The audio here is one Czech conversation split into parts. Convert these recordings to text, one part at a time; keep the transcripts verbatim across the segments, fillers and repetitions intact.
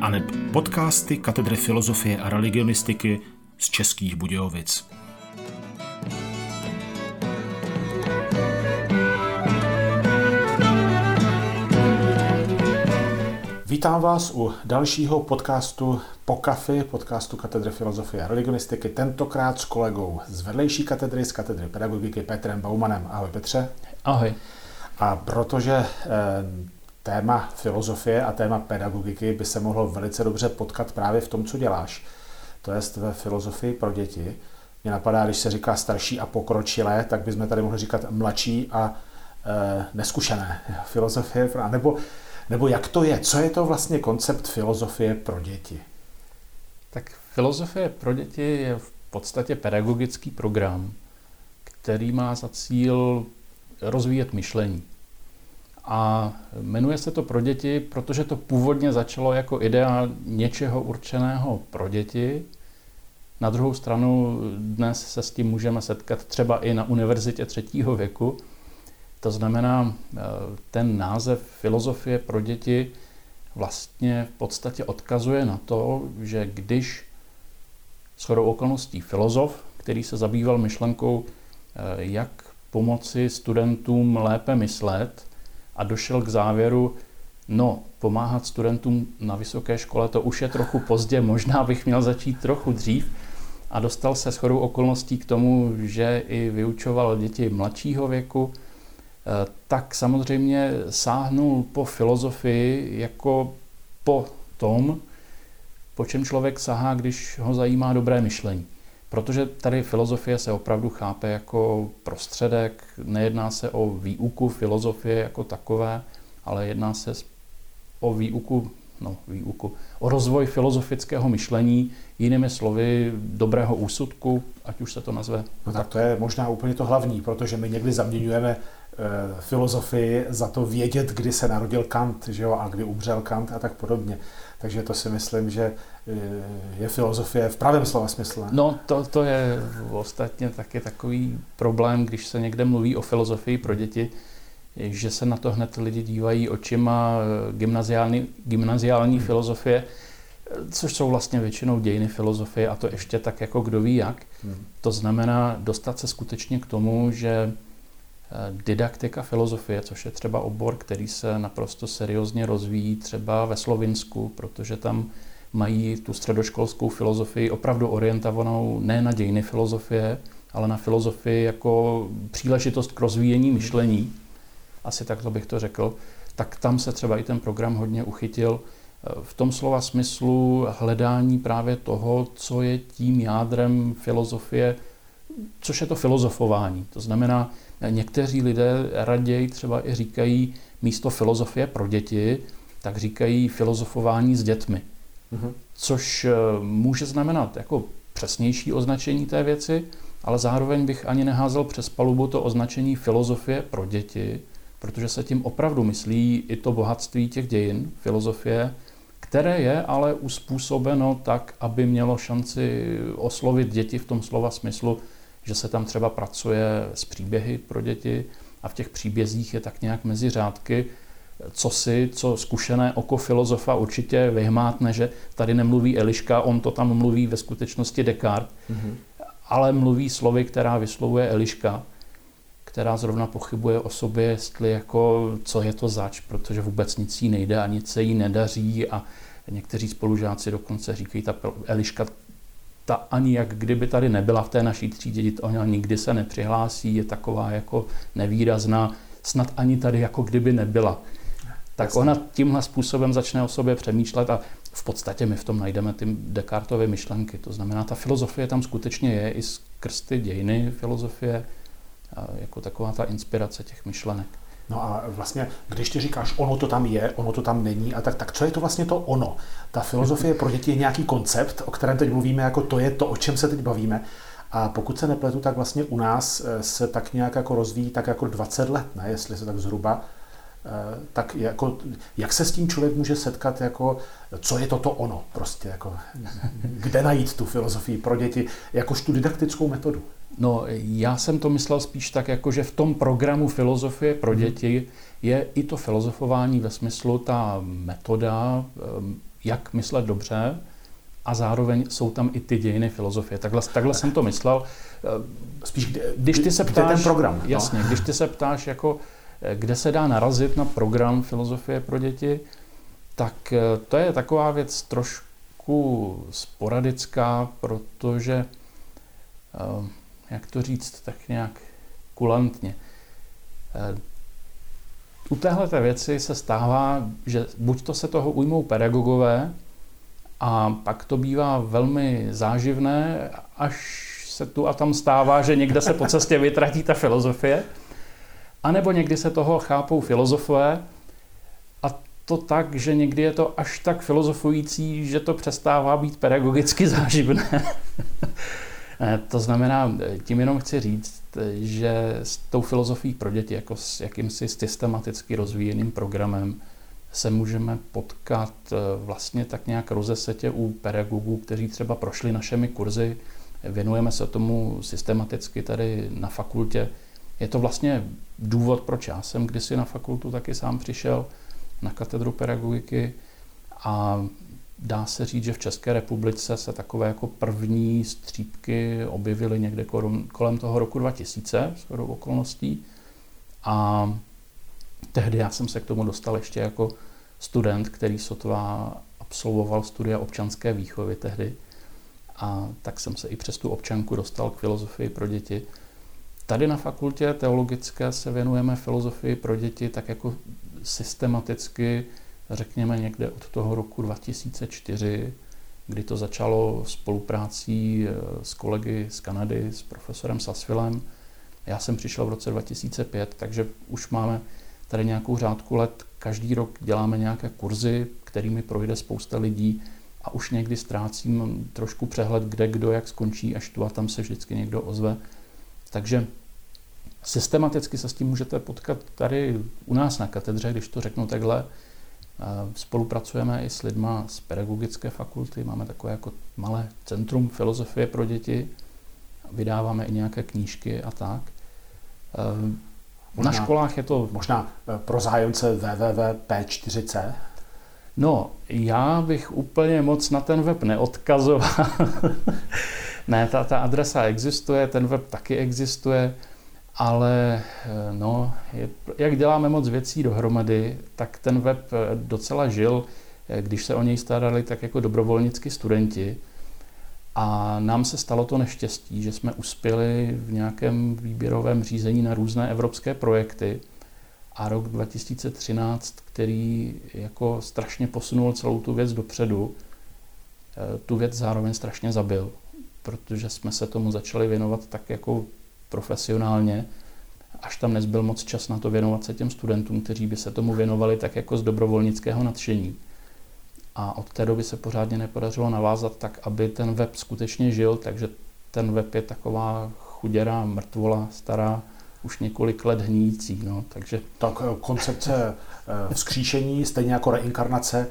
aneb podcasty Katedry filozofie a religionistiky z Českých Budějovic. Vítám vás u dalšího podcastu Po kafi, podcastu Katedry filozofie a religionistiky, tentokrát s kolegou z vedlejší katedry, z katedry pedagogiky Petrem Baumanem. Ahoj Petře. Ahoj. A protože e, téma filozofie a téma pedagogiky by se mohlo velice dobře potkat právě v tom, co děláš, to jest ve filozofii pro děti. Mě napadá, když se říká starší a pokročilé, tak bychom tady mohli říkat mladší a e, neskušené filozofie, nebo Nebo jak to je? Co je to vlastně koncept filozofie pro děti? Tak filozofie pro děti je v podstatě pedagogický program, který má za cíl rozvíjet myšlení. A jmenuje se to pro děti, protože to původně začalo jako idea něčeho určeného pro děti. Na druhou stranu dnes se s tím můžeme setkat třeba i na univerzitě třetího věku. To znamená, ten název filozofie pro děti vlastně v podstatě odkazuje na to, že když shodou okolností filozof, který se zabýval myšlenkou, jak pomoci studentům lépe myslet a došel k závěru, no, pomáhat studentům na vysoké škole, to už je trochu pozdě, možná bych měl začít trochu dřív, a dostal se shodou okolností k tomu, že i vyučoval děti mladšího věku, tak samozřejmě sáhnul po filozofii jako po tom, po čem člověk sahá, když ho zajímá dobré myšlení. Protože tady filozofie se opravdu chápe jako prostředek, nejedná se o výuku filozofie jako takové, ale jedná se o výuku, no výuku, o rozvoj filozofického myšlení, jinými slovy dobrého úsudku, ať už se to nazve. No tak to je možná úplně to hlavní, protože my někdy zaměňujeme filozofii za to vědět, kdy se narodil Kant, že jo, a kdy umřel Kant a tak podobně. Takže to si myslím, že je filozofie v pravém slova smyslu. No to, to je ostatně taky takový problém, když se někde mluví o filozofii pro děti, že se na to hned lidi dívají očima gymnaziální, gymnaziální hmm. filozofie, což jsou vlastně většinou dějiny filozofie a to ještě tak jako kdo ví jak. Hmm. To znamená dostat se skutečně k tomu, že didaktika filozofie, což je třeba obor, který se naprosto seriózně rozvíjí třeba ve Slovinsku, protože tam mají tu středoškolskou filozofii opravdu orientovanou ne na dějiny filozofie, ale na filozofii jako příležitost k rozvíjení myšlení, asi takto bych to řekl, tak tam se třeba i ten program hodně uchytil v tom slova smyslu hledání právě toho, co je tím jádrem filozofie, což je to filozofování. To znamená, někteří lidé raději třeba i říkají místo filozofie pro děti, tak říkají filozofování s dětmi. Mm-hmm. Což může znamenat jako přesnější označení té věci, ale zároveň bych ani neházel přes palubu to označení filozofie pro děti, protože se tím opravdu myslí i to bohatství těch dějin filozofie, které je ale uspůsobeno tak, aby mělo šanci oslovit děti v tom slova smyslu, že se tam třeba pracuje s příběhy pro děti a v těch příbězích je tak nějak mezi řádky cosi, co zkušené oko filozofa určitě vyhmátne, že tady nemluví Eliška, on to tam mluví ve skutečnosti Descartes, mm-hmm. ale mluví slovy, která vyslovuje Eliška, která zrovna pochybuje o sobě, jestli jako, co je to zač, protože vůbec nic jí nejde a nic se jí nedaří a někteří spolužáci dokonce říkají, ta Eliška ta ani jak kdyby tady nebyla v té naší třídě, ona nikdy se nepřihlásí, je taková jako nevýrazná, snad ani tady jako kdyby nebyla. Tak ona tímhle způsobem začne o sobě přemýšlet a v podstatě my v tom najdeme ty Descartovy myšlenky. To znamená, ta filozofie tam skutečně je i skrz ty dějiny filozofie, jako taková ta inspirace těch myšlenek. No a vlastně, když ty říkáš, ono to tam je, ono to tam není, a tak, tak co je to vlastně to ono? Ta filozofie pro děti je nějaký koncept, o kterém teď mluvíme, jako to je to, o čem se teď bavíme. A pokud se nepletu, tak vlastně u nás se tak nějak jako rozvíjí tak jako dvacet let, ne? Jestli se tak zhruba. Tak jako, jak se s tím člověk může setkat, jako, co je toto ono prostě, jako, kde najít tu filozofii pro děti, jakož tu didaktickou metodu? No, já jsem to myslel spíš tak, jako, že v tom programu filozofie pro děti je i to filozofování ve smyslu ta metoda, jak myslet dobře, a zároveň jsou tam i ty dějiny filozofie. Takhle, takhle jsem to myslel. Spíš, když ty se ptáš, ten program. Jasně, no. když ty se ptáš, jako, kde se dá narazit na program filozofie pro děti, tak to je taková věc trošku sporadická, protože, jak to říct, tak nějak kulantně. U téhleté věci se stává, že buď to se toho ujmou pedagogové, a pak to bývá velmi záživné, až se tu a tam stává, že někde se po cestě vytratí ta filozofie, anebo někdy se toho chápou filozofové, a to tak, že někdy je to až tak filozofující, že to přestává být pedagogicky záživné. To znamená, tím jenom chci říct, že s tou filozofií pro děti, jako s jakýmsi systematicky rozvíjeným programem, se můžeme potkat vlastně tak nějak rozesetě u pedagogů, kteří třeba prošli našimi kurzy. Věnujeme se tomu systematicky tady na fakultě. Je to vlastně důvod, proč já jsem kdysi na fakultu taky sám přišel na katedru pedagogiky, a dá se říct, že v České republice se takové jako první střípky objevily někde kolem toho roku dva tisíce, shodou okolností. A tehdy já jsem se k tomu dostal ještě jako student, který sotva absolvoval studia občanské výchovy tehdy. A tak jsem se i přes tu občanku dostal k filozofii pro děti. Tady na fakultě teologické se věnujeme filozofii pro děti tak jako systematicky, řekněme někde od toho roku dva tisíce čtyři, kdy to začalo spoluprácí s kolegy z Kanady, s profesorem Sasvilem. Já jsem přišel v roce dva tisíce pět, takže už máme tady nějakou řádku let. Každý rok děláme nějaké kurzy, kterými projde spousta lidí, a už někdy ztrácím trošku přehled, kde kdo jak skončí, až tu a tam se vždycky někdo ozve. Takže systematicky se s tím můžete potkat tady u nás na katedře, když to řeknu takhle. Spolupracujeme i s lidma z pedagogické fakulty, máme takové jako malé centrum filozofie pro děti, vydáváme i nějaké knížky a tak. Možná, na školách je to... Možná pro zájemce w w w tečka p čtyři c? No, já bych úplně moc na ten web neodkazoval. Ne, ta, ta adresa existuje, ten web taky existuje, ale no, je, jak děláme moc věcí dohromady, tak ten web docela žil, když se o něj starali tak jako dobrovolnicky studenti. A nám se stalo to neštěstí, že jsme uspěli v nějakém výběrovém řízení na různé evropské projekty, a rok dva tisíce třináct, který jako strašně posunul celou tu věc dopředu, tu věc zároveň strašně zabil, protože jsme se tomu začali věnovat tak jako profesionálně, až tam nezbyl moc čas na to věnovat se těm studentům, kteří by se tomu věnovali tak jako z dobrovolnického nadšení. A od té doby se pořádně nepodařilo navázat tak, aby ten web skutečně žil, takže ten web je taková chuděrá mrtvola, stará, už několik let hníjící. No, takže... Tak koncepce vzkříšení, stejně jako reinkarnace,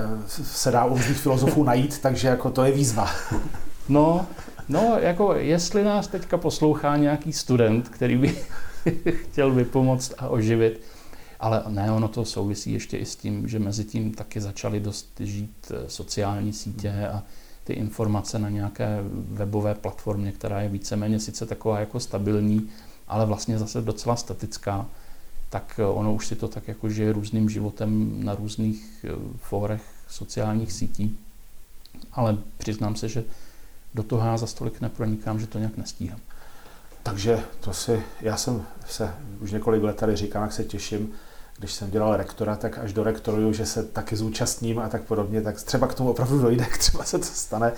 se dá u různých filozofů najít, takže jako to je výzva. No, no, jako jestli nás teďka poslouchá nějaký student, který by chtěl vypomoct a oživit, ale ne, ono to souvisí ještě i s tím, že mezi tím taky začaly dost žít sociální sítě a ty informace na nějaké webové platformě, která je víceméně sice taková jako stabilní, ale vlastně zase docela statická, tak ono už si to tak jako žije různým životem na různých fórech sociálních sítí. Ale přiznám se, že do toho já za stolik nepronikám, že to nějak nestíhám. Takže to si, já jsem se už několik let tady říkám, jak se těším, když jsem dělal rektora, tak až do rektoruju, že se taky zúčastním a tak podobně, tak třeba k tomu opravdu dojde, třeba se to stane.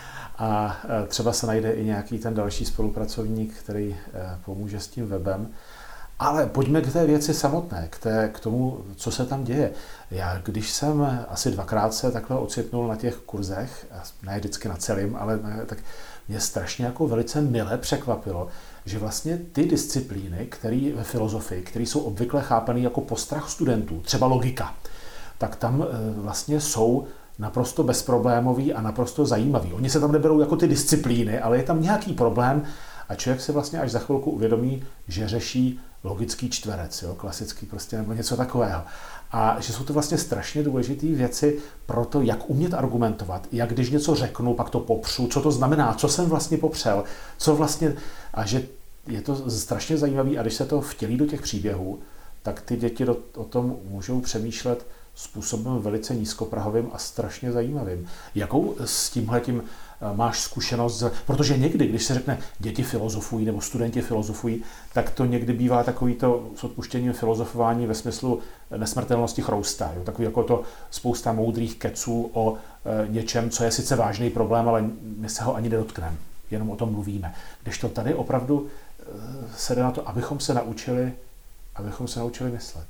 A třeba se najde i nějaký ten další spolupracovník, který pomůže s tím webem. Ale pojďme k té věci samotné, k, té, k tomu, co se tam děje. Já, když jsem asi dvakrát se takhle ocitnul na těch kurzech, ne vždycky na celým, ale ne, tak mě strašně jako velice mile překvapilo, že vlastně ty disciplíny, které ve filozofii, které jsou obvykle chápané jako postrach studentů, třeba logika, tak tam vlastně jsou naprosto bezproblémový a naprosto zajímavý. Oni se tam neberou jako ty disciplíny, ale je tam nějaký problém A člověk se vlastně až za chvilku uvědomí, že řeší logický čtverec, jo, klasický prostě, nebo něco takového. A že jsou to vlastně strašně důležité věci pro to, jak umět argumentovat, jak když něco řeknu, pak to popřu, co to znamená, co jsem vlastně popřel, co vlastně, a že je to strašně zajímavé a když se to vtělí do těch příběhů, tak ty děti do, o tom můžou přemýšlet způsobem velice nízkoprahovým a strašně zajímavým. Jakou s tímhletím máš zkušenost? Protože někdy, když se řekne děti filozofují nebo studenti filozofují, tak to někdy bývá takový to s odpuštěním filozofování ve smyslu nesmrtelnosti chrousta. Jo? Takový jako to spousta moudrých keců o e, něčem, co je sice vážný problém, ale my se ho ani nedotkneme. Jenom o tom mluvíme. Když to tady opravdu e, se jde na to, abychom se naučili, abychom se naučili myslet.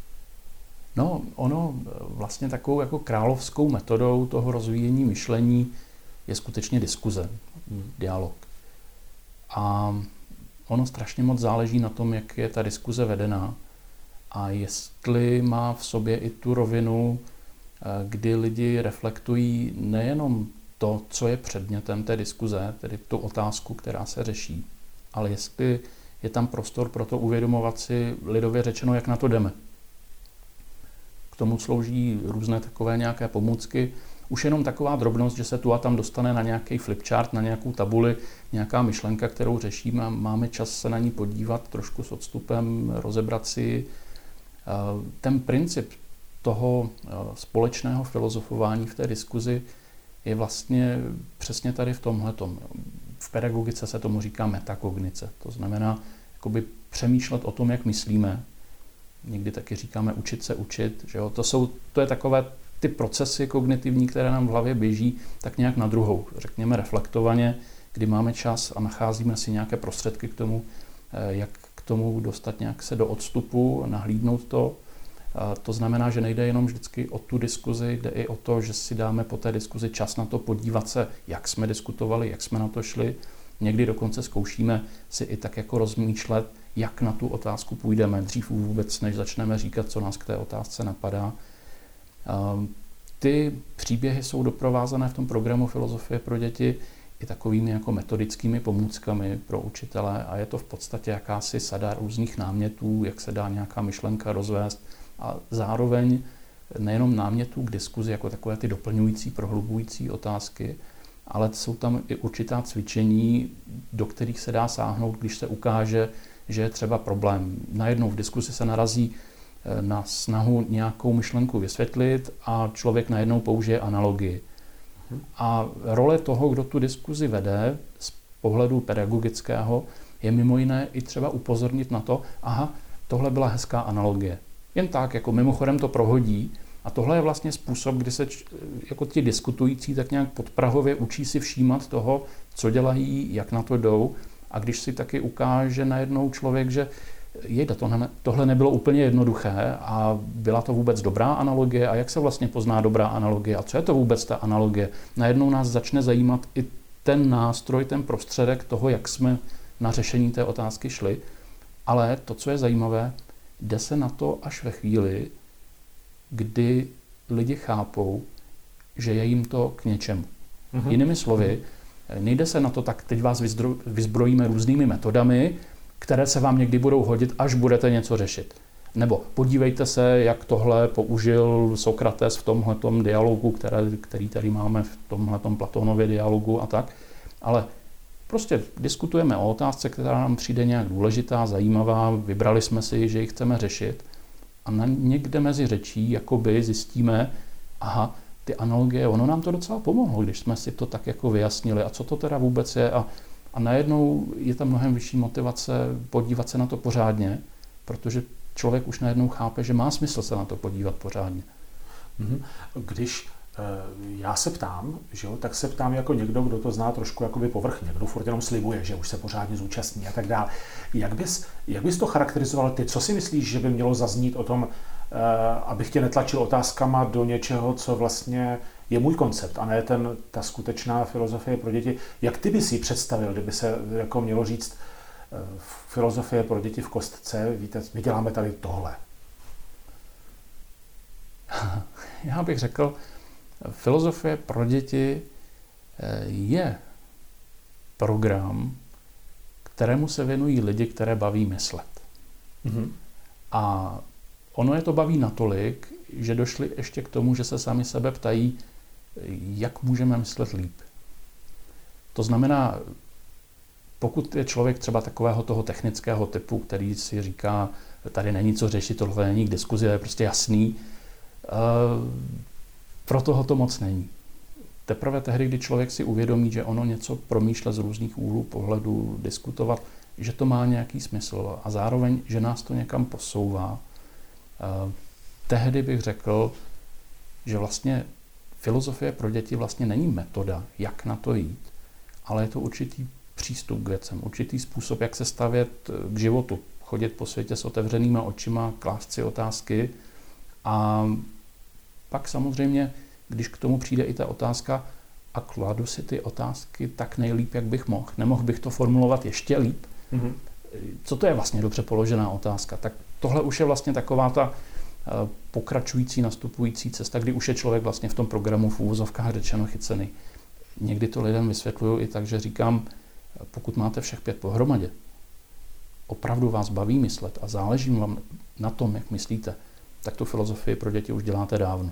No, ono vlastně takovou jako královskou metodou toho rozvíjení myšlení je skutečně diskuze, hmm. dialog. A ono strašně moc záleží na tom, jak je ta diskuze vedená a jestli má v sobě i tu rovinu, kdy lidi reflektují nejenom to, co je předmětem té diskuze, tedy tu otázku, která se řeší, ale jestli je tam prostor pro to uvědomovat si lidově řečeno, jak na to jdeme. K tomu slouží různé takové nějaké pomůcky. Už jenom taková drobnost, že se tu a tam dostane na nějaký flipchart, na nějakou tabuli, nějaká myšlenka, kterou řešíme a máme čas se na ní podívat trošku s odstupem, rozebrat si. Ten princip toho společného filozofování v té diskuzi je vlastně přesně tady v tomhletom. V pedagogice se tomu říká metakognice. To znamená jakoby přemýšlet o tom, jak myslíme. Někdy taky říkáme učit se učit. Že jo? To, jsou, to je takové ty procesy kognitivní, které nám v hlavě běží, tak nějak na druhou. Řekněme reflektovaně, kdy máme čas a nacházíme si nějaké prostředky k tomu, jak k tomu dostat nějak se do odstupu, nahlídnout to. To znamená, že nejde jenom vždycky o tu diskuzi, jde i o to, že si dáme po té diskuzi čas na to podívat se, jak jsme diskutovali, jak jsme na to šli. Někdy dokonce zkoušíme si i tak jako rozmýšlet, jak na tu otázku půjdeme, dřív vůbec, než začneme říkat, co nás k té otázce napadá. Ty příběhy jsou doprovázané v tom programu Filozofie pro děti i takovými jako metodickými pomůckami pro učitele a je to v podstatě jakási sada různých námětů, jak se dá nějaká myšlenka rozvést a zároveň nejenom námětů k diskuzi jako takové ty doplňující, prohlubující otázky, ale jsou tam i určitá cvičení, do kterých se dá sáhnout, když se ukáže, že je třeba problém. Najednou v diskusi se narazí na snahu nějakou myšlenku vysvětlit a člověk najednou použije analogii. A role toho, kdo tu diskuzi vede z pohledu pedagogického, je mimo jiné i třeba upozornit na to, aha, tohle byla hezká analogie. Jen tak, jako mimochodem to prohodí. A tohle je vlastně způsob, kdy se jako ti diskutující tak nějak podprahově učí si všímat toho, co dělají, jak na to jdou. A když si taky ukáže najednou člověk, že jejda, tohle, tohle nebylo úplně jednoduché a byla to vůbec dobrá analogie a jak se vlastně pozná dobrá analogie a co je to vůbec ta analogie. Najednou nás začne zajímat i ten nástroj, ten prostředek toho, jak jsme na řešení té otázky šli. Ale to, co je zajímavé, jde se na to až ve chvíli, kdy lidi chápou, že je jim to k něčemu. Mm-hmm. Jinými slovy, nejde se na to tak, teď vás vyzbrojíme různými metodami, které se vám někdy budou hodit, až budete něco řešit. Nebo podívejte se, jak tohle použil Sokrates v tomhletom dialogu, které, který tady máme v tomhletom Platónově dialogu a tak. Ale prostě diskutujeme o otázce, která nám přijde nějak důležitá, zajímavá, vybrali jsme si, že ji chceme řešit. A na někde mezi řečí jakoby zjistíme, aha, ty analogie, ono nám to docela pomohlo, když jsme si to tak jako vyjasnili. A co to teda vůbec je? A, a najednou je tam mnohem vyšší motivace podívat se na to pořádně, protože člověk už najednou chápe, že má smysl se na to podívat pořádně. Když já se ptám, že jo, tak se ptám jako někdo, kdo to zná trošku jakoby povrchně, kdo furt jenom slibuje, že už se pořádně zúčastní a tak dále. Jak bys, jak bys to charakterizoval ty? Co si myslíš, že by mělo zaznít o tom, abych tě netlačil otázkama do něčeho, co vlastně je můj koncept, a ne ten, ta skutečná filozofie pro děti? Jak ty bys ji představil, kdyby se jako mělo říct filozofie pro děti v kostce, víte, my děláme tady tohle? Já bych řekl, filozofie pro děti je program, kterému se věnují lidi, které baví myslet. Mm-hmm. A ono je to baví natolik, že došli ještě k tomu, že se sami sebe ptají, jak můžeme myslet líp. To znamená, pokud je člověk třeba takového toho technického typu, který si říká, tady není co řešit, tohle není k diskuzi, je prostě jasný, pro toho to moc není. Teprve tehdy, kdy člověk si uvědomí, že ono něco promýšle z různých úhlů pohledu, diskutovat, že to má nějaký smysl a zároveň, že nás to někam posouvá, tehdy bych řekl, že vlastně filozofie pro děti vlastně není metoda, jak na to jít, ale je to určitý přístup k věcem, určitý způsob, jak se stavět k životu, chodit po světě s otevřenýma očima, klást si otázky a pak samozřejmě, když k tomu přijde i ta otázka a kladu si ty otázky tak nejlíp, jak bych mohl, nemohl bych to formulovat ještě líp. Mm-hmm. Co to je vlastně dobře položená otázka? Tak tohle už je vlastně taková ta pokračující, nastupující cesta, kdy už je člověk vlastně v tom programu v úvozovkách řečeno chycený. Někdy to lidem vysvětluju i tak, že říkám, pokud máte všech pět pohromadě, opravdu vás baví myslet a záleží vám na tom, jak myslíte, tak tu filozofii pro děti už děláte dávno.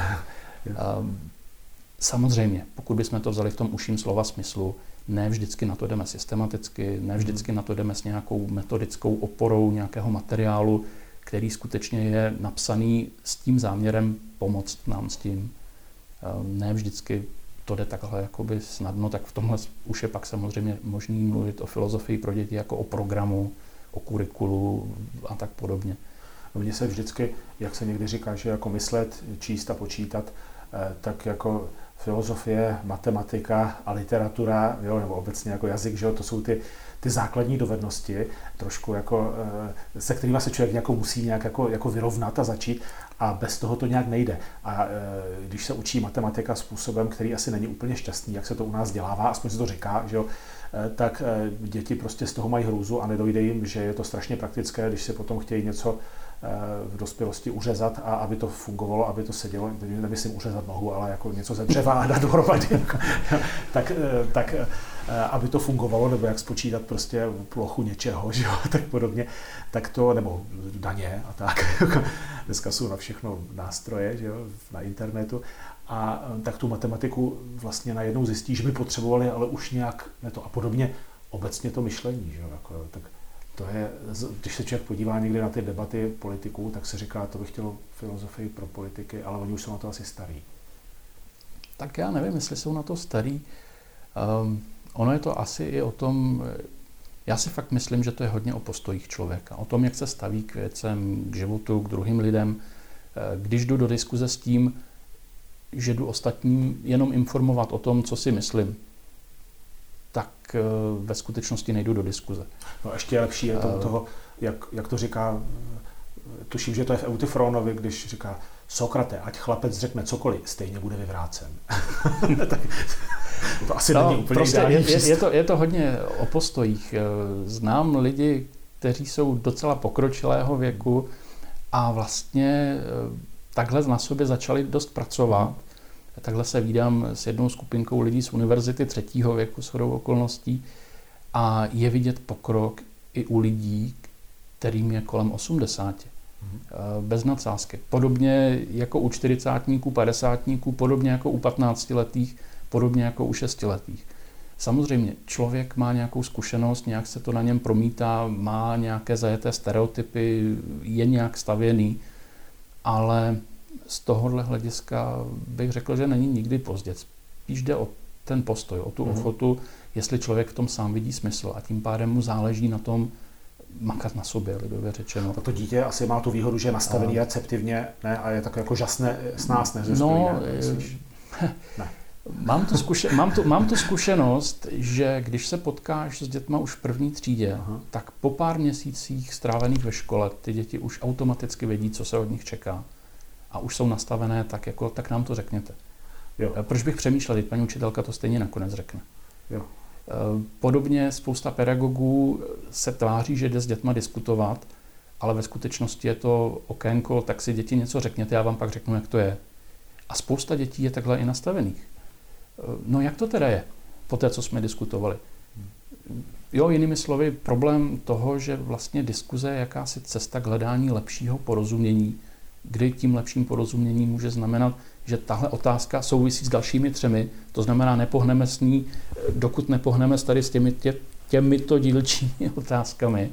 Samozřejmě, pokud bychom to vzali v tom užším slova smyslu, ne vždycky na to jdeme systematicky, ne vždycky na to jdeme s nějakou metodickou oporou nějakého materiálu, který skutečně je napsaný s tím záměrem pomoct nám s tím. Ne vždycky to jde takhle jakoby snadno, tak v tomhle už je pak samozřejmě možný mluvit o filozofii pro děti jako o programu, o kurikulu a tak podobně. Mně se vždycky, jak se někdy říká, že jako myslet, číst a počítat, tak jako filozofie, matematika a literatura, jo, nebo obecně jako jazyk, že jo, to jsou ty, ty základní dovednosti, trošku jako, se kterými se člověk jako musí nějak jako, jako vyrovnat a začít a bez toho to nějak nejde. A když se učí matematika způsobem, který asi není úplně šťastný, jak se to u nás dělává, aspoň se to říká, že jo, tak děti prostě z toho mají hrůzu a nedojde jim, že je to strašně praktické, když si potom chtějí něco v dospělosti uřezat a aby to fungovalo, aby to sedělo, nemyslím uřezat nohu, ale jako něco ze dřeva a dát dohromady, tak, tak aby to fungovalo, nebo jak spočítat prostě plochu něčeho, že jo, tak podobně, tak to, nebo daně a tak, dneska jsou na všechno nástroje, že jo, na internetu, a tak tu matematiku vlastně najednou zjistí, že by potřebovali, ale už nějak ne to a podobně obecně to myšlení, že jo, jako, tak to je, když se člověk podívá někdy na ty debaty politiků, tak se říká, to bych chtělo filozofii pro politiky, ale oni už jsou na to asi starí. Tak já nevím, jestli jsou na to starí. Um, ono je to asi i o tom, já si fakt myslím, že to je hodně o postojích člověka, o tom, jak se staví k věcem, k životu, k druhým lidem. Když jdu do diskuze s tím, že jdu ostatním jenom informovat o tom, co si myslím, tak ve skutečnosti nejdu do diskuze. No ještě lepší je to uh, toho, jak, jak to říká, tuším, že to je v Eutyfronovi, když říká Sokrate, ať chlapec řekne cokoliv, stejně bude vyvrácen. To asi no, není úplně prostě ideální je, je, to, je to hodně o postojích. Znám lidi, kteří jsou docela pokročilého věku a vlastně takhle na sobě začali dost pracovat. Hmm. Takhle se vídám s jednou skupinkou lidí z univerzity třetího věku shodou okolností a je vidět pokrok i u lidí, kterým je kolem osmdesáti. Mm. Bez nadsázky. Podobně jako u čtyřicátníků, padesátníků, podobně jako u patnáctiletých, podobně jako u šestiletých. Samozřejmě člověk má nějakou zkušenost, nějak se to na něm promítá, má nějaké zajeté stereotypy, je nějak stavěný, ale z tohohle hlediska bych řekl, že není nikdy pozdě. Spíš jde o ten postoj, o tu mm. ochotu, jestli člověk v tom sám vidí smysl a tím pádem mu záleží na tom makat na sobě, lidově řečeno. A to dítě asi má tu výhodu, že je nastavený a... receptivně, ne, a je tak jako žasné s nás, ne? No, ne. Mám, tu zkuše, mám, tu, mám tu zkušenost, že když se potkáš s dětma už v první třídě, aha, tak po pár měsících strávených ve škole ty děti už automaticky vědí, co se od nich čeká. A už jsou nastavené tak, jako, tak nám to řekněte. Jo. Proč bych přemýšlel, paní učitelka to stejně nakonec řekne. Jo. Podobně spousta pedagogů se tváří, že jde s dětma diskutovat, ale ve skutečnosti je to okénko, tak si děti něco řekněte, já vám pak řeknu, jak to je. A spousta dětí je takhle i nastavených. No jak to teda je, po té, co jsme diskutovali? Jo, jinými slovy, problém toho, že vlastně diskuze je jakási cesta k hledání lepšího porozumění, kdy tím lepším porozuměním může znamenat, že tahle otázka souvisí s dalšími třemi, to znamená, nepohneme s ní, dokud nepohneme tady s těmi, tě, těmito dílčími otázkami.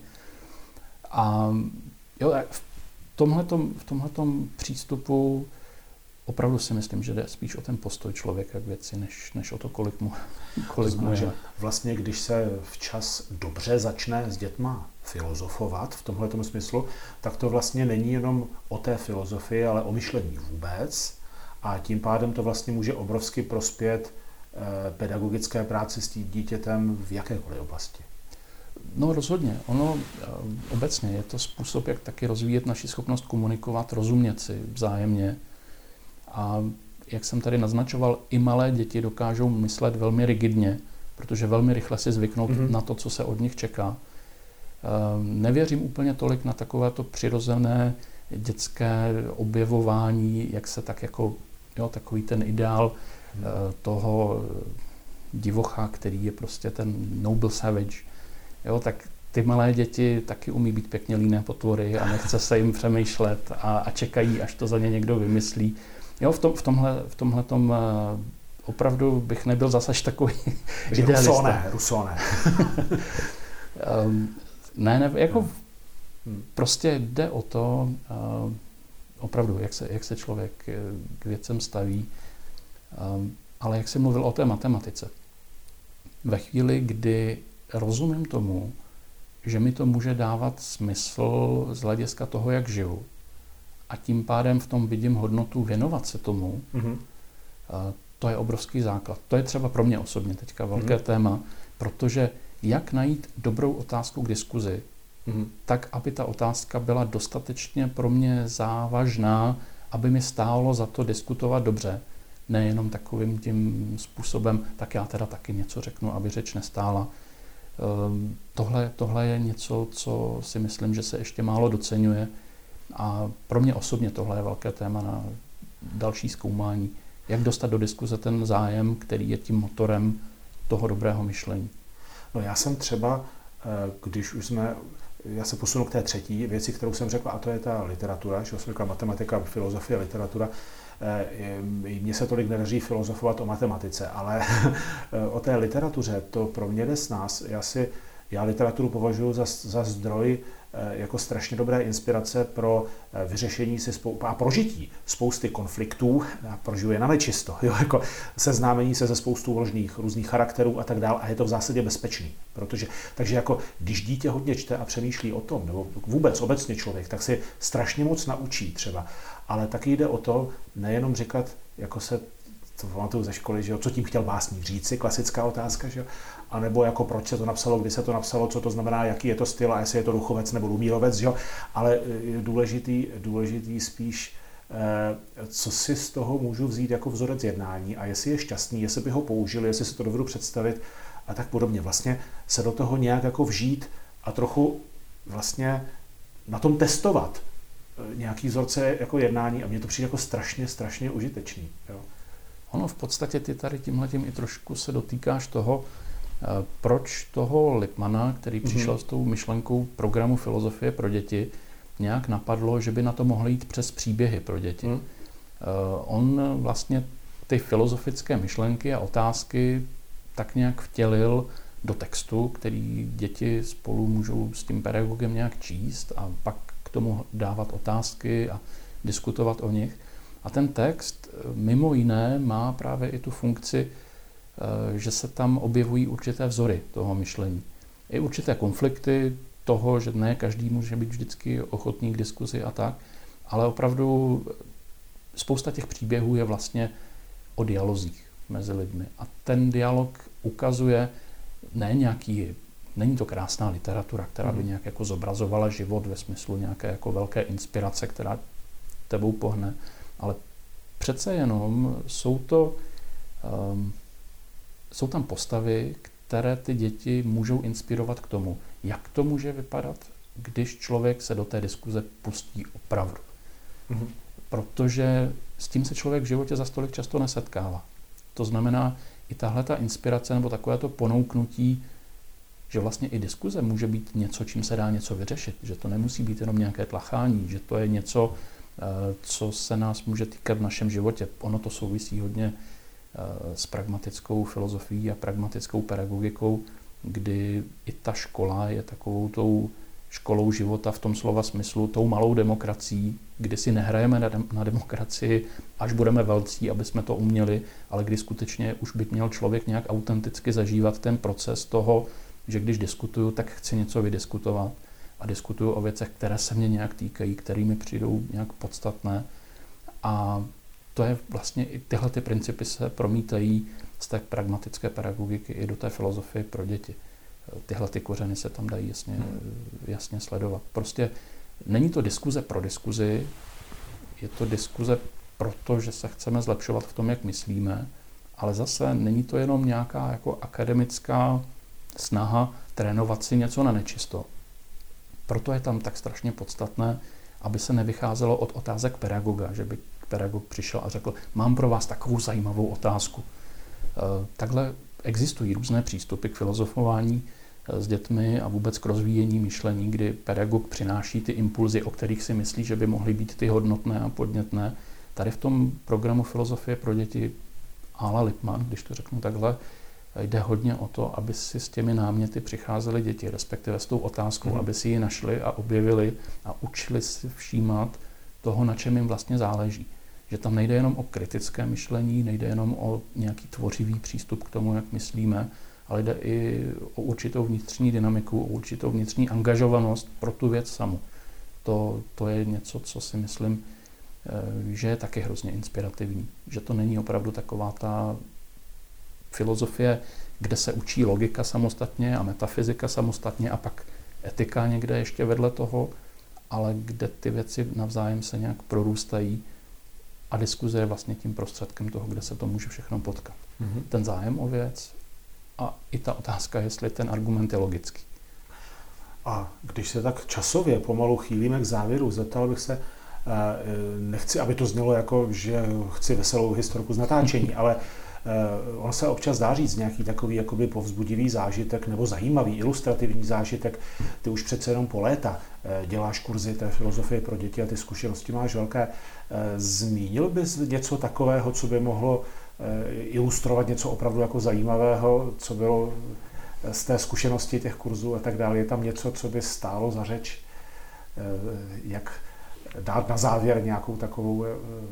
A jo, v tomhletom, v tomhletom přístupu opravdu si myslím, že jde spíš o ten postoj člověka k věci, než, než o to, kolik mu, kolik to mu že je. Vlastně, když se včas dobře začne s dětma filozofovat v tomhletom smyslu, tak to vlastně není jenom o té filozofii, ale o myšlení vůbec. A tím pádem to vlastně může obrovsky prospět eh, pedagogické práci s tím dítětem v jakékoliv oblasti. No rozhodně. Ono eh, obecně je to způsob, jak taky rozvíjet naši schopnost komunikovat, rozumět si vzájemně. A jak jsem tady naznačoval, i malé děti dokážou myslet velmi rigidně, protože velmi rychle si zvyknou mm-hmm. na to, co se od nich čeká. Eh, nevěřím úplně tolik na takovéto přirozené dětské objevování, jak se tak jako, jo, takový ten ideál hmm. toho divocha, který je prostě ten noble savage. Jo, tak ty malé děti taky umí být pěkně líné potvory a nechce se jim přemýšlet a, a čekají, až to za ně někdo vymyslí. Jo, v, tom, v, tomhle, v tomhletom opravdu bych nebyl zase až takový idealista. Rousseau ne, Rousseau ne. um, ne, ne, jako Hmm. Prostě jde o to, uh, opravdu, jak se, jak se člověk k věcem staví, um, ale jak jsem mluvil o té matematice. Ve chvíli, kdy rozumím tomu, že mi to může dávat smysl z hlediska toho, jak žiju, a tím pádem v tom vidím hodnotu věnovat se tomu, hmm. uh, to je obrovský základ. To je třeba pro mě osobně teďka velké hmm. téma, protože jak najít dobrou otázku k diskuzi, Mm. tak, aby ta otázka byla dostatečně pro mě závažná, aby mi stálo za to diskutovat dobře. Nejenom takovým tím způsobem, tak já teda taky něco řeknu, aby řeč nestála. Ehm, tohle, tohle je něco, co si myslím, že se ještě málo doceňuje. A pro mě osobně tohle je velké téma na další zkoumání. Jak dostat do diskuze ten zájem, který je tím motorem toho dobrého myšlení. No já jsem třeba, když už jsme Já se posunu k té třetí věci, kterou jsem řekl, a to je ta literatura, že jsem řekl matematika, filozofie, literatura. Mně se tolik nedaří filozofovat o matematice, ale o té literatuře to pro mě jde s nás. Já, si, já literaturu považuji za, za zdroj jako strašně dobré inspirace pro vyřešení si spou- a prožití spousty konfliktů. Já prožiju je na nečisto, jo, jako seznámení se ze spoustou možných různých charakterů a tak dále, a je to v zásadě bezpečný. Protože, takže jako když dítě hodně čte a přemýšlí o tom, nebo vůbec obecně člověk, tak si strašně moc naučí třeba. Ale taky jde o to nejenom říkat, jako se to pamatuju ze školy, že jo, co tím chtěl básník říci, klasická otázka, že jo, anebo jako proč se to napsalo, kdy se to napsalo, co to znamená, jaký je to styl a jestli je to duchovec nebo lumírovec, že jo, ale je důležitý, důležitý spíš, eh, co si z toho můžu vzít jako vzorec jednání a jestli je šťastný, jestli by ho použil, jestli si to dovedu představit a tak podobně. Vlastně se do toho nějak jako vžít a trochu vlastně na tom testovat nějaký vzorce jako jednání a mně to přijde jako strašně, strašně užitečný, jo. Ono v podstatě ty tady tímhletím i trošku se dotýkáš toho, proč toho Lippmanna, který přišel mm-hmm. s tou myšlenkou programu filozofie pro děti, nějak napadlo, že by na to mohlo jít přes příběhy pro děti. Mm. On vlastně ty filozofické myšlenky a otázky tak nějak vtělil do textu, který děti spolu můžou s tím pedagogem nějak číst a pak k tomu dávat otázky a diskutovat o nich. A ten text mimo jiné má právě i tu funkci, že se tam objevují určité vzory toho myšlení. I určité konflikty toho, že ne každý může být vždycky ochotný k diskuzi a tak, ale opravdu spousta těch příběhů je vlastně o dialozích mezi lidmi. A ten dialog ukazuje ne nějaký, není to krásná literatura, která by nějak jako zobrazovala život ve smyslu nějaké jako velké inspirace, která tebou pohne, ale přece jenom jsou to, um, jsou tam postavy, které ty děti můžou inspirovat k tomu, jak to může vypadat, když člověk se do té diskuze pustí opravdu. Mm-hmm. Protože s tím se člověk v životě za tolik často nesetkává. To znamená, i tahle ta inspirace nebo takovéto ponouknutí že vlastně i diskuze může být něco, čím se dá něco vyřešit, že to nemusí být jenom nějaké tlachání, že to je něco, co se nás může týkat v našem životě. Ono to souvisí hodně s pragmatickou filozofií a pragmatickou pedagogikou, kdy i ta škola je takovou tou školou života v tom slova smyslu, tou malou demokracií, kdy si nehrajeme na, dem- na demokracii, až budeme velcí, aby jsme to uměli, ale kdy skutečně už by měl člověk nějak autenticky zažívat ten proces toho, že když diskutuju, tak chci něco vydiskutovat a diskutuju o věcech, které se mě nějak týkají, které mi přijdou nějak podstatné. A to je vlastně, i tyhle ty principy se promítají z té pragmatické pedagogiky i do té filozofie pro děti. Tyhle ty kořeny se tam dají jasně, jasně sledovat. Prostě není to diskuze pro diskuzi, je to diskuze proto, že se chceme zlepšovat v tom, jak myslíme, ale zase není to jenom nějaká jako akademická snaha trénovat si něco na nečisto. Proto je tam tak strašně podstatné, aby se nevycházelo od otázek pedagoga, že by pedagog přišel a řekl, mám pro vás takovou zajímavou otázku. Takhle existují různé přístupy k filozofování s dětmi a vůbec k rozvíjení myšlení, kdy pedagog přináší ty impulzy, o kterých si myslí, že by mohly být ty hodnotné a podnětné. Tady v tom programu Filozofie pro děti Ála Lippmann, když to řeknu takhle, jde hodně o to, aby si s těmi náměty přicházely děti, respektive s tou otázkou, mm. aby si ji našli a objevili a učili si všímat toho, na čem jim vlastně záleží. Že tam nejde jenom o kritické myšlení, nejde jenom o nějaký tvořivý přístup k tomu, jak myslíme, ale jde i o určitou vnitřní dynamiku, o určitou vnitřní angažovanost pro tu věc samu. To, to je něco, co si myslím, že je taky hrozně inspirativní. Že to není opravdu taková ta filozofie, kde se učí logika samostatně a metafyzika samostatně a pak etika někde ještě vedle toho, ale kde ty věci navzájem se nějak prorůstají a diskuze je vlastně tím prostředkem toho, kde se to může všechno potkat. Mm-hmm. Ten zájem o věc a i ta otázka, jestli ten argument je logický. A když se tak časově pomalu chýlíme k závěru, zeptal bych se, nechci, aby to znělo jako, že chci veselou historku z natáčení, ale on se občas dá říct nějaký takový jakoby povzbudivý zážitek nebo zajímavý, ilustrativní zážitek. Ty už přece jenom po léta děláš kurzy té filozofie pro děti a ty zkušenosti máš velké. Zmínil bys něco takového, co by mohlo ilustrovat něco opravdu jako zajímavého, co bylo z té zkušenosti těch kurzů a tak dále? Je tam něco, co by stálo za řeč? Jak dát na závěr nějakou takovou...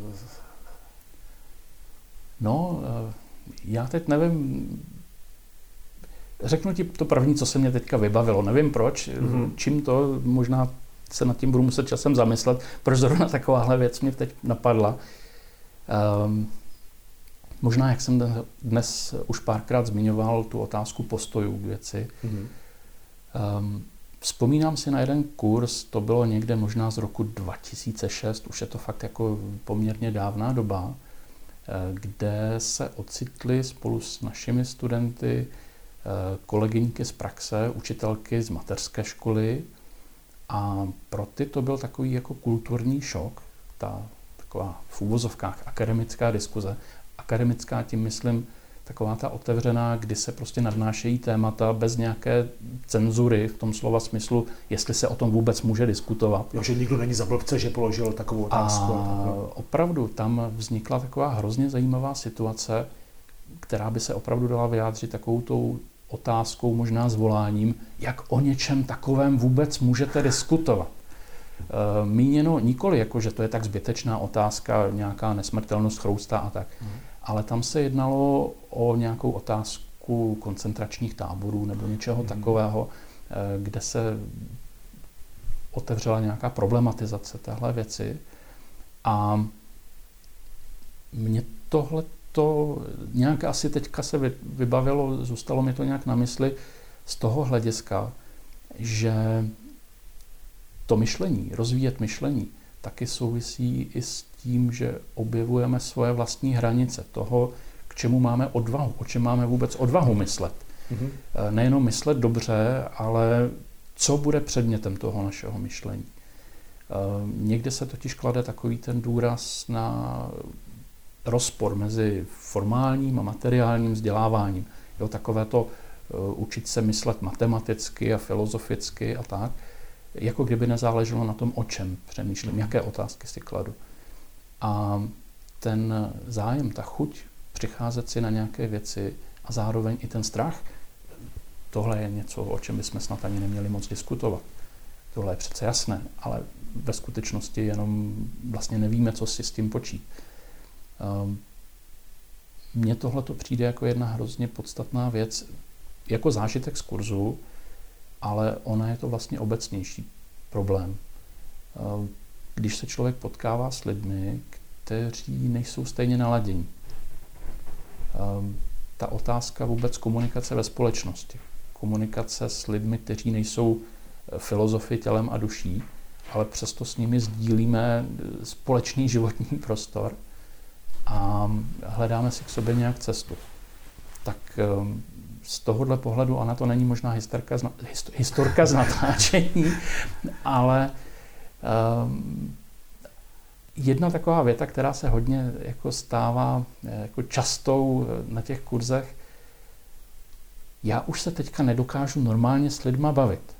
No, já teď nevím, řeknu ti to první, co se mě teďka vybavilo, nevím proč, mm-hmm. čím to, možná se nad tím budu muset časem zamyslet, proč zrovna takováhle věc mě teď napadla. Um, možná, jak jsem dnes už párkrát zmiňoval tu otázku postojů k věci. Mm-hmm. Um, vzpomínám si na jeden kurz, to bylo někde možná z roku dva tisíce šest, už je to fakt jako poměrně dávná doba, kde se ocitli spolu s našimi studenty kolegyňky z praxe, učitelky z mateřské školy a pro ty to byl takový jako kulturní šok, ta taková v úvozovkách akademická diskuze. Akademická tím myslím taková ta otevřená, kdy se prostě nadnášejí témata bez nějaké cenzury v tom slova smyslu, jestli se o tom vůbec může diskutovat. Jo, že nikdo není za blbce, že položil takovou otázku. A opravdu tam vznikla taková hrozně zajímavá situace, která by se opravdu dala vyjádřit takovou tou otázkou, možná zvoláním, jak o něčem takovém vůbec můžete diskutovat. E, míněno nikoli jako, že to je tak zbytečná otázka, nějaká nesmrtelnost chrousta a tak. Hmm. Ale tam se jednalo o nějakou otázku koncentračních táborů nebo něčeho hmm. takového, kde se otevřela nějaká problematizace téhle věci. A mě tohleto nějak asi teďka se vybavilo, zůstalo mi to nějak na mysli z toho hlediska, že to myšlení, rozvíjet myšlení, taky souvisí i s tím, že objevujeme svoje vlastní hranice toho, k čemu máme odvahu, o čem máme vůbec odvahu myslet. Mm-hmm. Nejenom myslet dobře, ale co bude předmětem toho našeho myšlení. Někde se totiž klade takový ten důraz na rozpor mezi formálním a materiálním vzděláváním. Jo, takové to učit se myslet matematicky a filozoficky a tak, jako kdyby nezáleželo na tom, o čem přemýšlím, jaké otázky si kladu. A ten zájem, ta chuť přicházet si na nějaké věci a zároveň i ten strach, tohle je něco, o čem bychom snad ani neměli moc diskutovat. Tohle je přece jasné, ale ve skutečnosti jenom vlastně nevíme, co si s tím počít. Mně tohle to přijde jako jedna hrozně podstatná věc, jako zážitek z kurzu, ale ona je to vlastně obecnější problém. Když se člověk potkává s lidmi, kteří nejsou stejně naladění. Ta otázka vůbec komunikace ve společnosti. Komunikace s lidmi, kteří nejsou filozofy tělem a duší, ale přesto s nimi sdílíme společný životní prostor a hledáme si k sobě nějak cestu. Tak z tohohle pohledu, ona to není možná historka z, historka z natáčení, ale um, jedna taková věta, která se hodně jako stává jako častou na těch kurzech, já už se teďka nedokážu normálně s lidma bavit.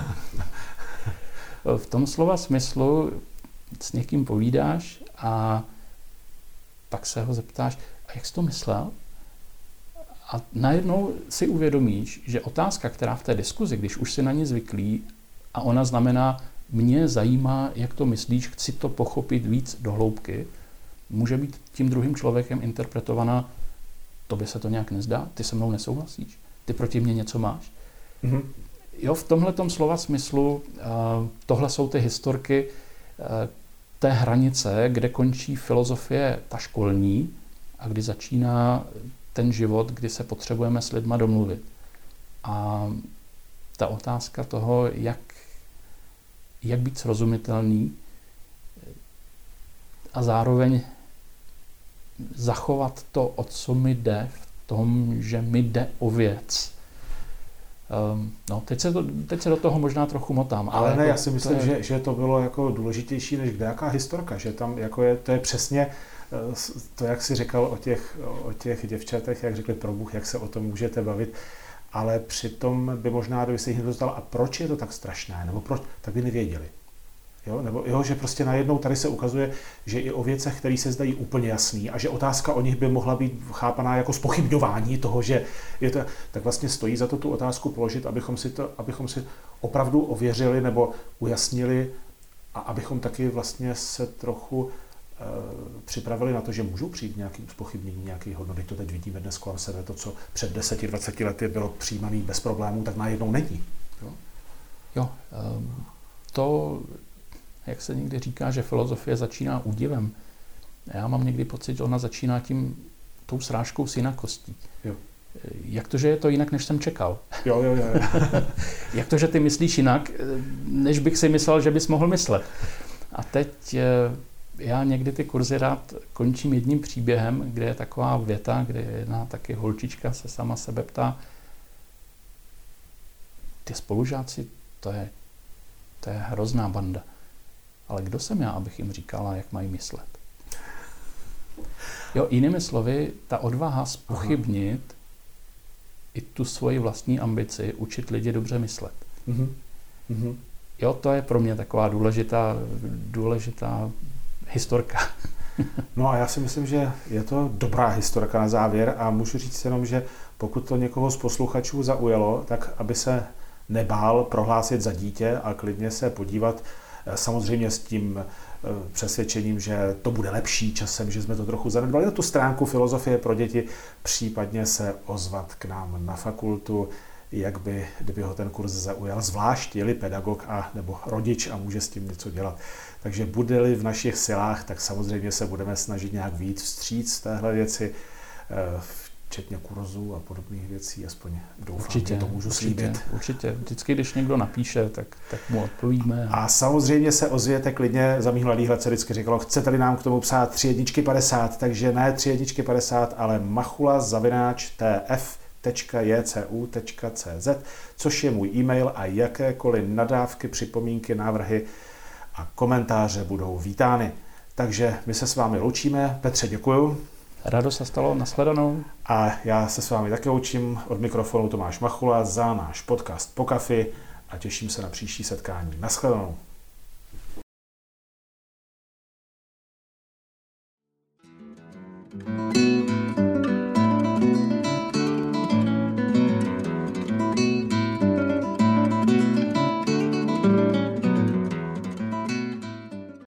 V tom slova smyslu s někým povídáš a pak se ho zeptáš, a jak jsi to myslel? A najednou si uvědomíš, že otázka, která v té diskuzi, když už si na ní zvyklý, a ona znamená, mě zajímá, jak to myslíš, chci to pochopit víc do hloubky, může být tím druhým člověkem interpretovaná, tobě se to nějak nezdá, ty se mnou nesouhlasíš, ty proti mně něco máš. Mm-hmm. Jo, v tomhletom slova smyslu uh, tohle jsou ty historky uh, té hranice, kde končí filozofie ta školní a kdy začíná ten život, kdy se potřebujeme s lidma domluvit. A ta otázka toho, jak, jak být srozumitelný a zároveň zachovat to, o co mi jde, v tom, že mi jde o věc. Um, no, teď se, to, teď se do toho možná trochu motám. Ale, ale ne, jako, já si myslím, je... že, že to bylo jako důležitější než kdejaká historka, že tam jako je, to je přesně to, jak jsi říkal o těch, o těch děvčatech, jak řekli pro Bůh, jak se o tom můžete bavit, ale přitom by možná, kdyby se jich někdo zeptal, a proč je to tak strašné, nebo proč, tak by nevěděli. Jo? Nebo jo, že prostě najednou tady se ukazuje, že i o věcech, které se zdají úplně jasný a že otázka o nich by mohla být chápaná jako zpochybňování toho, že je to, tak vlastně stojí za to tu otázku položit, abychom si to, abychom si opravdu ověřili nebo ujasnili a abychom taky vlastně se trochu e, připravili na to, že můžou přijít nějakým zpochybnění nějakých hodnoty. To teď vidíme dnes kolem sebe, to, co před deseti dvaceti lety bylo přijímané bez problémů, tak najednou není. Jo, jo um, to jak se někdy říká, že filozofie začíná údivem. Já mám někdy pocit, že ona začíná tím, tou srážkou s jinakostí. Jo. Jak to, že je to jinak, než jsem čekal? Jo, jo, jo. Jak to, že ty myslíš jinak, než bych si myslel, že bys mohl myslet? A teď já někdy ty kurzy rád končím jedním příběhem, kde je taková věta, kde jedna taky holčička se sama sebe ptá, ty spolužáci, to je, to je hrozná banda. Ale kdo jsem já, abych jim říkala, jak mají myslet? Jo, jinými slovy, ta odvaha zpochybnit Aha. i tu svoji vlastní ambici, učit lidi dobře myslet. Mm-hmm. Jo, to je pro mě taková důležitá, důležitá historka. No a já si myslím, že je to dobrá historka na závěr a můžu říct jenom, že pokud to někoho z posluchačů zaujalo, tak aby se nebál prohlásit za dítě a klidně se podívat. Samozřejmě s tím přesvědčením, že to bude lepší časem, že jsme to trochu zanedbali na tu stránku filozofie pro děti, případně se ozvat k nám na fakultu, jak by, kdyby ho ten kurz zaujal, zvlášť je-li pedagog a nebo rodič a může s tím něco dělat. Takže bude-li v našich silách, tak samozřejmě se budeme snažit nějak víc vstříc téhle věci, včetně kurzů a podobných věcí, aspoň doufám, určitě, že to můžu určitě, slíbit. Určitě, vždycky, když někdo napíše, tak, tak mu odpovíme. A samozřejmě se ozvěte klidně, za mých mladých let se vždycky říkalo, chcete-li nám k tomu psát tři jedničky padesát, takže ne tři jedničky padesát, ale machula zavináč t f tečka j c u tečka c z, což je můj e-mail a jakékoliv nadávky, připomínky, návrhy a komentáře budou vítány. Takže my se s vámi loučíme. Petře, děkuju. Radost se stalo, nashledanou. A já se s vámi také učím, od mikrofonu Tomáš Machula za náš podcast Po kafi a těším se na příští setkání. Nashledanou. Thank you.